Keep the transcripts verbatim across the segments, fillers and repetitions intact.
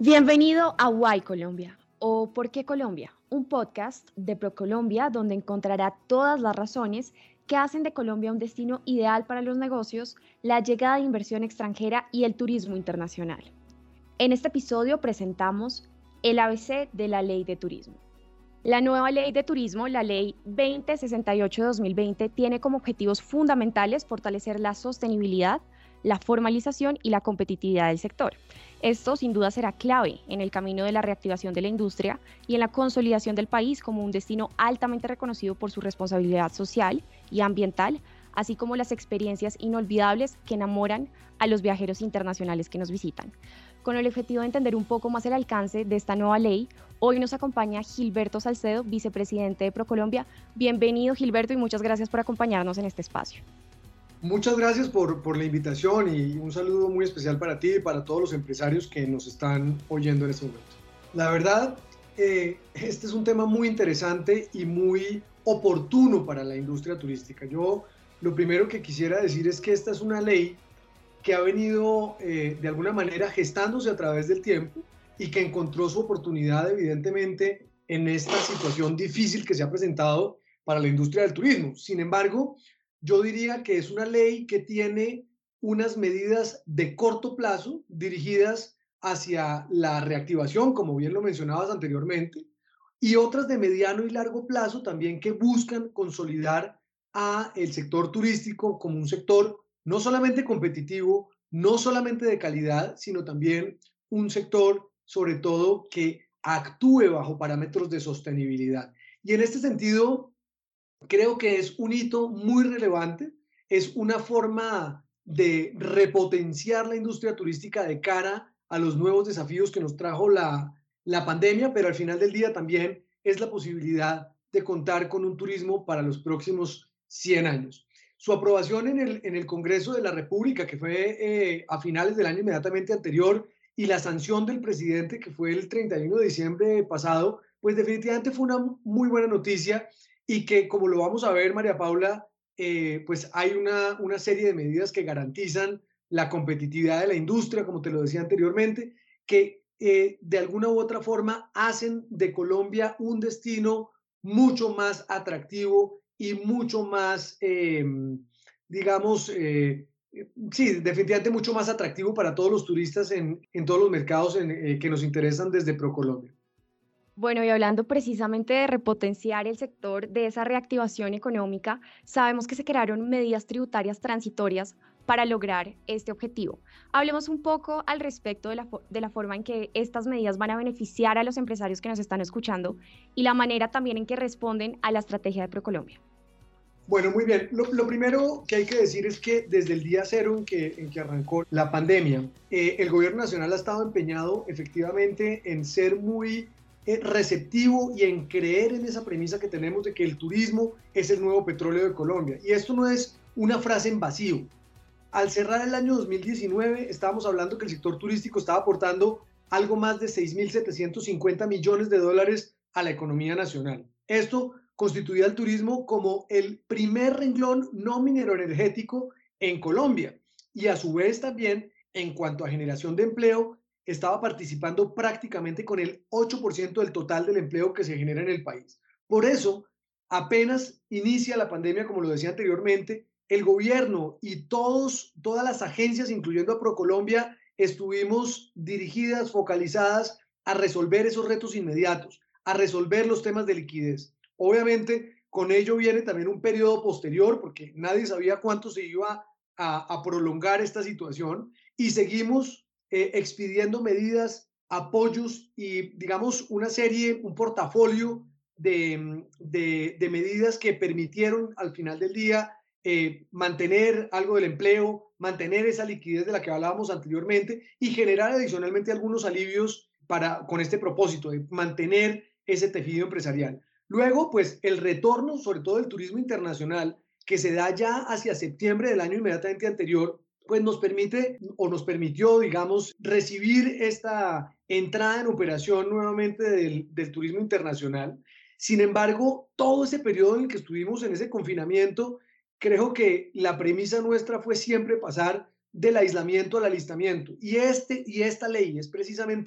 Bienvenido a Why Colombia o ¿Por qué Colombia? Un podcast de ProColombia donde encontrará todas las razones que hacen de Colombia un destino ideal para los negocios, la llegada de inversión extranjera y el turismo internacional. En este episodio presentamos el A B C de la Ley de Turismo. La nueva Ley de Turismo, la Ley veinte sesenta y ocho de dos mil veinte, tiene como objetivos fundamentales fortalecer la sostenibilidad, la formalización y la competitividad del sector. Esto sin duda será clave en el camino de la reactivación de la industria y en la consolidación del país como un destino altamente reconocido por su responsabilidad social y ambiental, así como las experiencias inolvidables que enamoran a los viajeros internacionales que nos visitan. Con el objetivo de entender un poco más el alcance de esta nueva ley, hoy nos acompaña Gilberto Salcedo, vicepresidente de ProColombia. Bienvenido, Gilberto, y muchas gracias por acompañarnos en este espacio. Muchas gracias por, por la invitación y un saludo muy especial para ti y para todos los empresarios que nos están oyendo en este momento. La verdad, eh, este es un tema muy interesante y muy oportuno para la industria turística. Yo lo primero que quisiera decir es que esta es una ley que ha venido eh, de alguna manera gestándose a través del tiempo y que encontró su oportunidad evidentemente en esta situación difícil que se ha presentado para la industria del turismo. Sin embargo, yo diría que es una ley que tiene unas medidas de corto plazo dirigidas hacia la reactivación, como bien lo mencionabas anteriormente, y otras de mediano y largo plazo también que buscan consolidar a el sector turístico como un sector no solamente competitivo, no solamente de calidad, sino también un sector, sobre todo, que actúe bajo parámetros de sostenibilidad. Y en este sentido, creo que es un hito muy relevante, es una forma de repotenciar la industria turística de cara a los nuevos desafíos que nos trajo la, la pandemia, pero al final del día también es la posibilidad de contar con un turismo para los próximos cien años. Su aprobación en el, en el Congreso de la República, que fue eh, a finales del año inmediatamente anterior, y la sanción del presidente, que fue el treinta y uno de diciembre pasado, pues definitivamente fue una muy buena noticia y que, como lo vamos a ver, María Paula, eh, pues hay una, una serie de medidas que garantizan la competitividad de la industria, como te lo decía anteriormente, que eh, de alguna u otra forma hacen de Colombia un destino mucho más atractivo y mucho más, eh, digamos, eh, sí, definitivamente mucho más atractivo para todos los turistas en, en todos los mercados en, eh, que nos interesan desde ProColombia. Bueno, y hablando precisamente de repotenciar el sector de esa reactivación económica, sabemos que se crearon medidas tributarias transitorias para lograr este objetivo. Hablemos un poco al respecto de la, de la forma en que estas medidas van a beneficiar a los empresarios que nos están escuchando y la manera también en que responden a la estrategia de ProColombia. Bueno, muy bien. Lo, lo primero que hay que decir es que desde el día cero en que, en que arrancó la pandemia, eh, el gobierno nacional ha estado empeñado efectivamente en ser muy receptivo y en creer en esa premisa que tenemos de que el turismo es el nuevo petróleo de Colombia. Y esto no es una frase en vacío. Al cerrar el año dos mil diecinueve, estábamos hablando que el sector turístico estaba aportando algo más de seis mil setecientos cincuenta millones de dólares a la economía nacional. Esto constituía al turismo como el primer renglón no minero energético en Colombia. Y a su vez también, en cuanto a generación de empleo, estaba participando prácticamente con el ocho por ciento del total del empleo que se genera en el país. Por eso, apenas inicia la pandemia, como lo decía anteriormente, el gobierno y todos, todas las agencias, incluyendo a ProColombia, estuvimos dirigidas, focalizadas a resolver esos retos inmediatos, a resolver los temas de liquidez. Obviamente, con ello viene también un periodo posterior, porque nadie sabía cuánto se iba a, a prolongar esta situación, y seguimos Eh, expidiendo medidas, apoyos y, digamos, una serie, un portafolio de, de, de medidas que permitieron al final del día eh, mantener algo del empleo, mantener esa liquidez de la que hablábamos anteriormente y generar adicionalmente algunos alivios para, con este propósito de mantener ese tejido empresarial. Luego, pues, el retorno, sobre todo del turismo internacional, que se da ya hacia septiembre del año inmediatamente anterior, pues nos permite o nos permitió, digamos, recibir esta entrada en operación nuevamente del, del turismo internacional. Sin embargo, todo ese periodo en el que estuvimos en ese confinamiento, creo que la premisa nuestra fue siempre pasar del aislamiento al alistamiento. Y, este, y esta ley es precisamente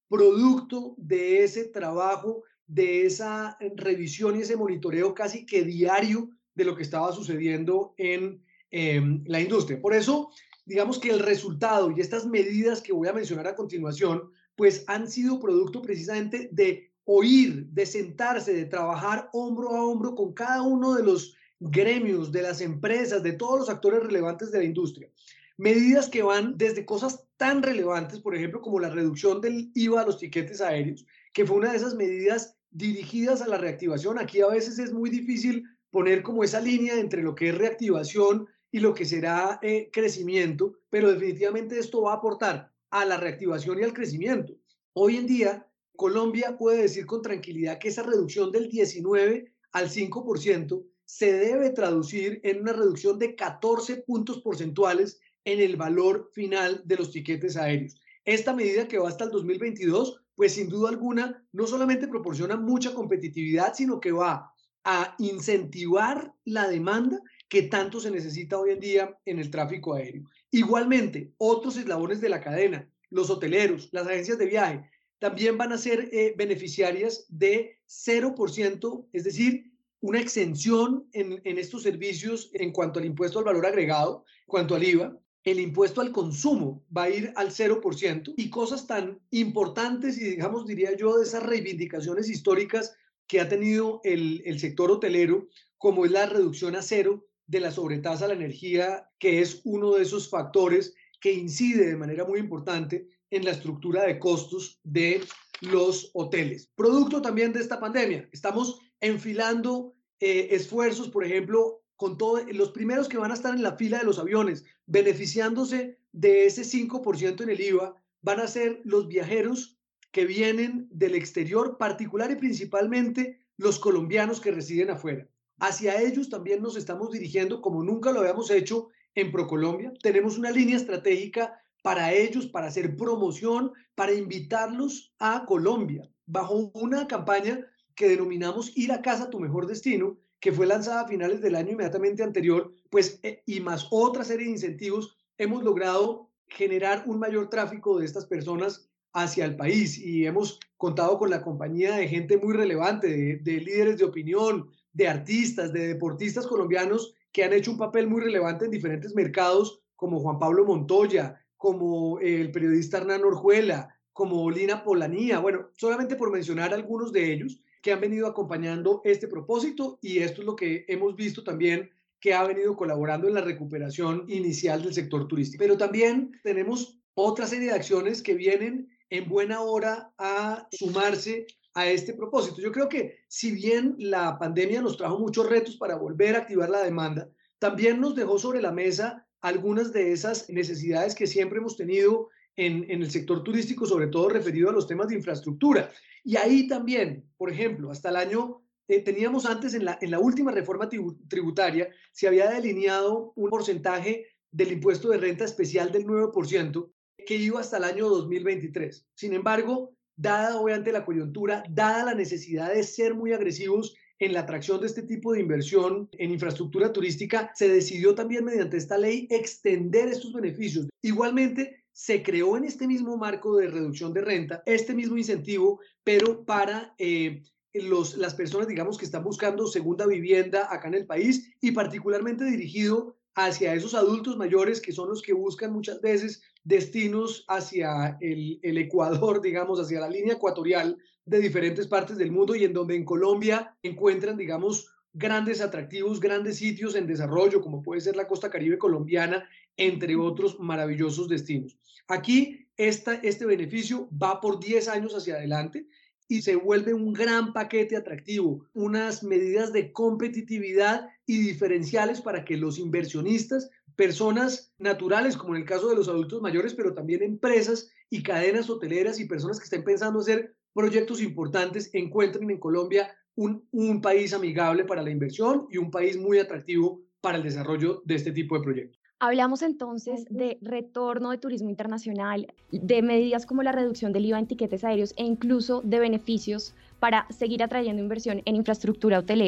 producto de ese trabajo, de esa revisión y ese monitoreo casi que diario de lo que estaba sucediendo en eh, la industria. Por eso, digamos que el resultado y estas medidas que voy a mencionar a continuación, pues han sido producto precisamente de oír, de sentarse, de trabajar hombro a hombro con cada uno de los gremios, de las empresas, de todos los actores relevantes de la industria. Medidas que van desde cosas tan relevantes, por ejemplo, como la reducción del I V A a los tiquetes aéreos, que fue una de esas medidas dirigidas a la reactivación. Aquí a veces es muy difícil poner como esa línea entre lo que es reactivación y lo que será eh, crecimiento, pero definitivamente esto va a aportar a la reactivación y al crecimiento. Hoy en día, Colombia puede decir con tranquilidad que esa reducción del diecinueve al cinco por ciento se debe traducir en una reducción de catorce puntos porcentuales en el valor final de los tiquetes aéreos. Esta medida, que va hasta el dos mil veintidós, pues sin duda alguna no solamente proporciona mucha competitividad, sino que va a incentivar la demanda que tanto se necesita hoy en día en el tráfico aéreo. Igualmente, otros eslabones de la cadena, los hoteleros, las agencias de viaje, también van a ser eh, beneficiarias de cero por ciento, es decir, una exención en, en estos servicios en cuanto al impuesto al valor agregado, en cuanto al I V A. El impuesto al consumo va a ir al cero por ciento, y cosas tan importantes y, digamos, diría yo, de esas reivindicaciones históricas que ha tenido el, el sector hotelero, como es la reducción a cero de la sobretasa a la energía, que es uno de esos factores que incide de manera muy importante en la estructura de costos de los hoteles. Producto también de esta pandemia, estamos enfilando eh, esfuerzos, por ejemplo, con todos los primeros que van a estar en la fila de los aviones, beneficiándose de ese cinco por ciento en el I V A, van a ser los viajeros que vienen del exterior, particular y principalmente los colombianos que residen afuera. Hacia ellos también nos estamos dirigiendo como nunca lo habíamos hecho en ProColombia. Tenemos una línea estratégica para ellos, para hacer promoción, para invitarlos a Colombia, bajo una campaña que denominamos Ir a Casa, tu mejor destino, que fue lanzada a finales del año inmediatamente anterior, pues, eh, y más otra serie de incentivos, hemos logrado generar un mayor tráfico de estas personas hacia el país, y hemos contado con la compañía de gente muy relevante, de, de líderes de opinión, de artistas, de deportistas colombianos que han hecho un papel muy relevante en diferentes mercados, como Juan Pablo Montoya, como el periodista Hernán Orjuela, como Lina Polanía, bueno, solamente por mencionar algunos de ellos que han venido acompañando este propósito, y esto es lo que hemos visto también que ha venido colaborando en la recuperación inicial del sector turístico. Pero también tenemos otra serie de acciones que vienen en buena hora a sumarse a este propósito. Yo creo que si bien la pandemia nos trajo muchos retos para volver a activar la demanda, también nos dejó sobre la mesa algunas de esas necesidades que siempre hemos tenido en, en el sector turístico, sobre todo referido a los temas de infraestructura. Y ahí también, por ejemplo, hasta el año, eh, teníamos antes en la, en la última reforma tributaria, se había delineado un porcentaje del impuesto de renta especial del nueve por ciento que iba hasta el año dos mil veintitrés. Sin embargo, dada obviamente la coyuntura, dada la necesidad de ser muy agresivos en la atracción de este tipo de inversión en infraestructura turística, se decidió también mediante esta ley extender estos beneficios. Igualmente, se creó en este mismo marco de reducción de renta este mismo incentivo, pero para eh, los, las personas, digamos, que están buscando segunda vivienda acá en el país, y particularmente dirigido hacia esos adultos mayores que son los que buscan muchas veces destinos hacia el, el Ecuador, digamos, hacia la línea ecuatorial de diferentes partes del mundo, y en donde en Colombia encuentran, digamos, grandes atractivos, grandes sitios en desarrollo, como puede ser la costa caribe colombiana, entre otros maravillosos destinos. Aquí esta, este beneficio va por diez años hacia adelante y se vuelve un gran paquete atractivo, unas medidas de competitividad y diferenciales para que los inversionistas, personas naturales, como en el caso de los adultos mayores, pero también empresas y cadenas hoteleras y personas que estén pensando hacer proyectos importantes, encuentren en Colombia un, un país amigable para la inversión y un país muy atractivo para el desarrollo de este tipo de proyectos. Hablamos entonces de retorno de turismo internacional, de medidas como la reducción del I V A en tiquetes aéreos e incluso de beneficios para seguir atrayendo inversión en infraestructura hotelera.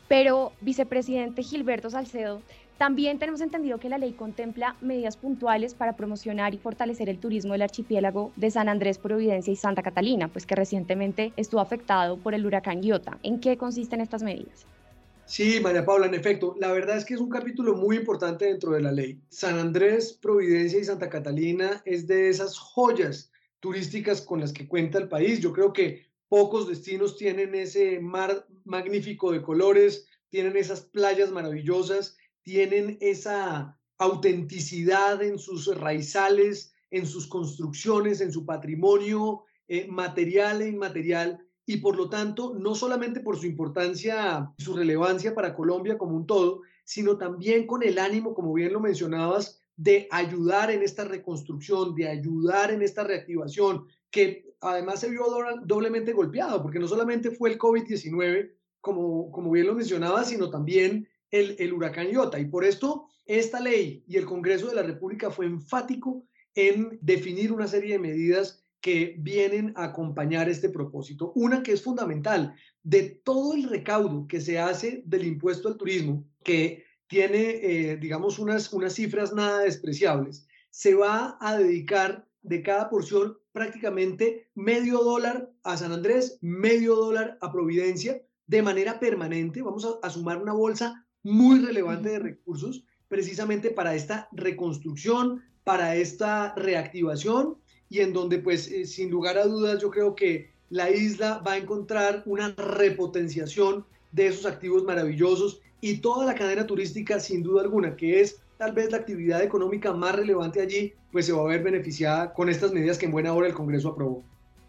Pero, vicepresidente Gilberto Salcedo, también tenemos entendido que la ley contempla medidas puntuales para promocionar y fortalecer el turismo del archipiélago de San Andrés, Providencia y Santa Catalina, pues que recientemente estuvo afectado por el huracán Iota. ¿En qué consisten estas medidas? Sí, María Paula, en efecto, la verdad es que es un capítulo muy importante dentro de la ley. San Andrés, Providencia y Santa Catalina es de esas joyas turísticas con las que cuenta el país. Yo creo que pocos destinos tienen ese mar magnífico de colores, tienen esas playas maravillosas, tienen esa autenticidad en sus raizales, en sus construcciones, en su patrimonio eh, material e inmaterial, y por lo tanto, no solamente por su importancia, su relevancia para Colombia como un todo, sino también con el ánimo, como bien lo mencionabas, de ayudar en esta reconstrucción, de ayudar en esta reactivación, que además se vio doblemente golpeado, porque no solamente fue el COVID diecinueve, como, como bien lo mencionaba, sino también el, el huracán Iota. Y por esto, esta ley y el Congreso de la República fue enfático en definir una serie de medidas que vienen a acompañar este propósito. Una que es fundamental, de todo el recaudo que se hace del impuesto al turismo, que tiene, eh, digamos, unas, unas cifras nada despreciables, se va a dedicar de cada porción prácticamente medio dólar a San Andrés, medio dólar a Providencia, de manera permanente. Vamos a, a sumar una bolsa muy relevante de recursos precisamente para esta reconstrucción, para esta reactivación, y en donde pues eh, sin lugar a dudas yo creo que la isla va a encontrar una repotenciación de esos activos maravillosos, y toda la cadena turística sin duda alguna, que es tal vez la actividad económica más relevante allí, pues se va a ver beneficiada con estas medidas que en buena hora el Congreso aprobó.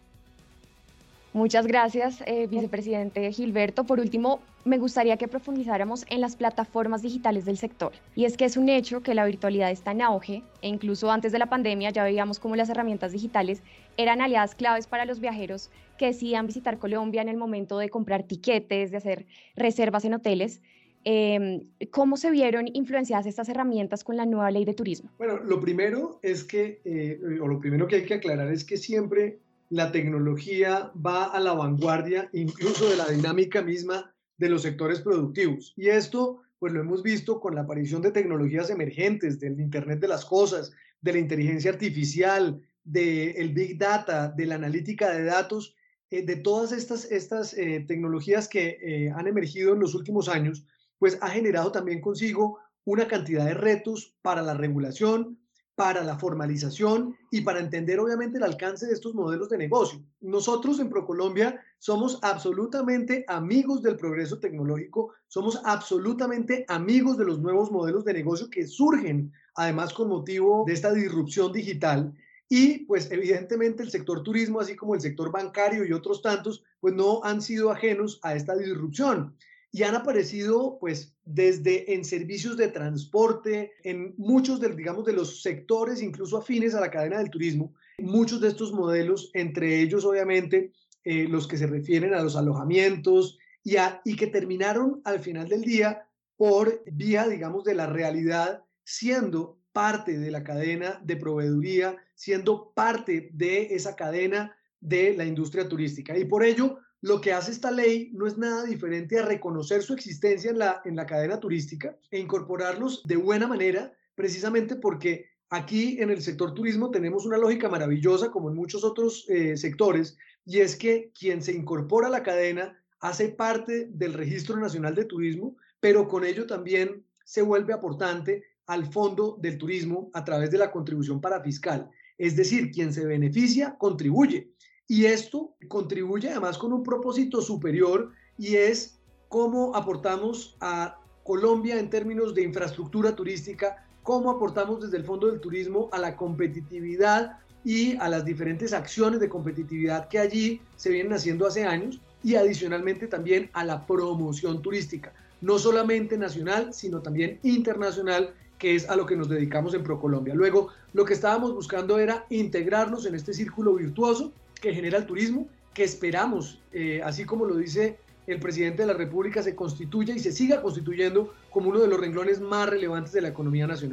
Muchas gracias, eh, vicepresidente Gilberto. Por último, me gustaría que profundizáramos en las plataformas digitales del sector. Y es que es un hecho que la virtualidad está en auge, e incluso antes de la pandemia ya veíamos cómo las herramientas digitales eran aliadas claves para los viajeros que decidían visitar Colombia en el momento de comprar tiquetes, de hacer reservas en hoteles. Eh, ¿Cómo se vieron influenciadas estas herramientas con la nueva ley de turismo? Bueno, lo primero es que, eh, o lo primero que hay que aclarar es que siempre la tecnología va a la vanguardia, incluso de la dinámica misma de los sectores productivos. Y esto, pues lo hemos visto con la aparición de tecnologías emergentes, del Internet de las cosas, de la inteligencia artificial, del Big Data, de la analítica de datos, eh, de todas estas, estas eh, tecnologías que eh, han emergido en los últimos años, pues ha generado también consigo una cantidad de retos para la regulación, para la formalización y para entender obviamente el alcance de estos modelos de negocio. Nosotros en ProColombia somos absolutamente amigos del progreso tecnológico, somos absolutamente amigos de los nuevos modelos de negocio que surgen además con motivo de esta disrupción digital, y pues evidentemente el sector turismo, así como el sector bancario y otros tantos, pues no han sido ajenos a esta disrupción. Y han aparecido pues desde en servicios de transporte, en muchos de, digamos, de los sectores incluso afines a la cadena del turismo, muchos de estos modelos, entre ellos obviamente eh, los que se refieren a los alojamientos y, a, y que terminaron al final del día por vía, digamos, de la realidad, siendo parte de la cadena de proveeduría, siendo parte de esa cadena de la industria turística. Y por ello, lo que hace esta ley no es nada diferente a reconocer su existencia en la, en la cadena turística e incorporarlos de buena manera, precisamente porque aquí en el sector turismo tenemos una lógica maravillosa, como en muchos otros eh, sectores, y es que quien se incorpora a la cadena hace parte del Registro Nacional de Turismo, pero con ello también se vuelve aportante al Fondo del Turismo a través de la contribución parafiscal. Es decir, quien se beneficia contribuye. Y esto contribuye además con un propósito superior, y es cómo aportamos a Colombia en términos de infraestructura turística, cómo aportamos desde el Fondo del Turismo a la competitividad y a las diferentes acciones de competitividad que allí se vienen haciendo hace años, y adicionalmente también a la promoción turística, no solamente nacional, sino también internacional, que es a lo que nos dedicamos en ProColombia. Luego, lo que estábamos buscando era integrarnos en este círculo virtuoso que genera el turismo, que esperamos, eh, así como lo dice el presidente de la República, se constituya y se siga constituyendo como uno de los renglones más relevantes de la economía nacional.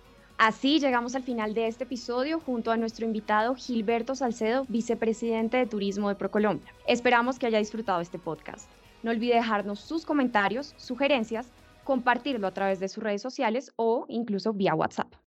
Así llegamos al final de este episodio junto a nuestro invitado Gilberto Salcedo, vicepresidente de Turismo de ProColombia. Esperamos que haya disfrutado este podcast. No olvide dejarnos sus comentarios, sugerencias, compartirlo a través de sus redes sociales o incluso vía WhatsApp.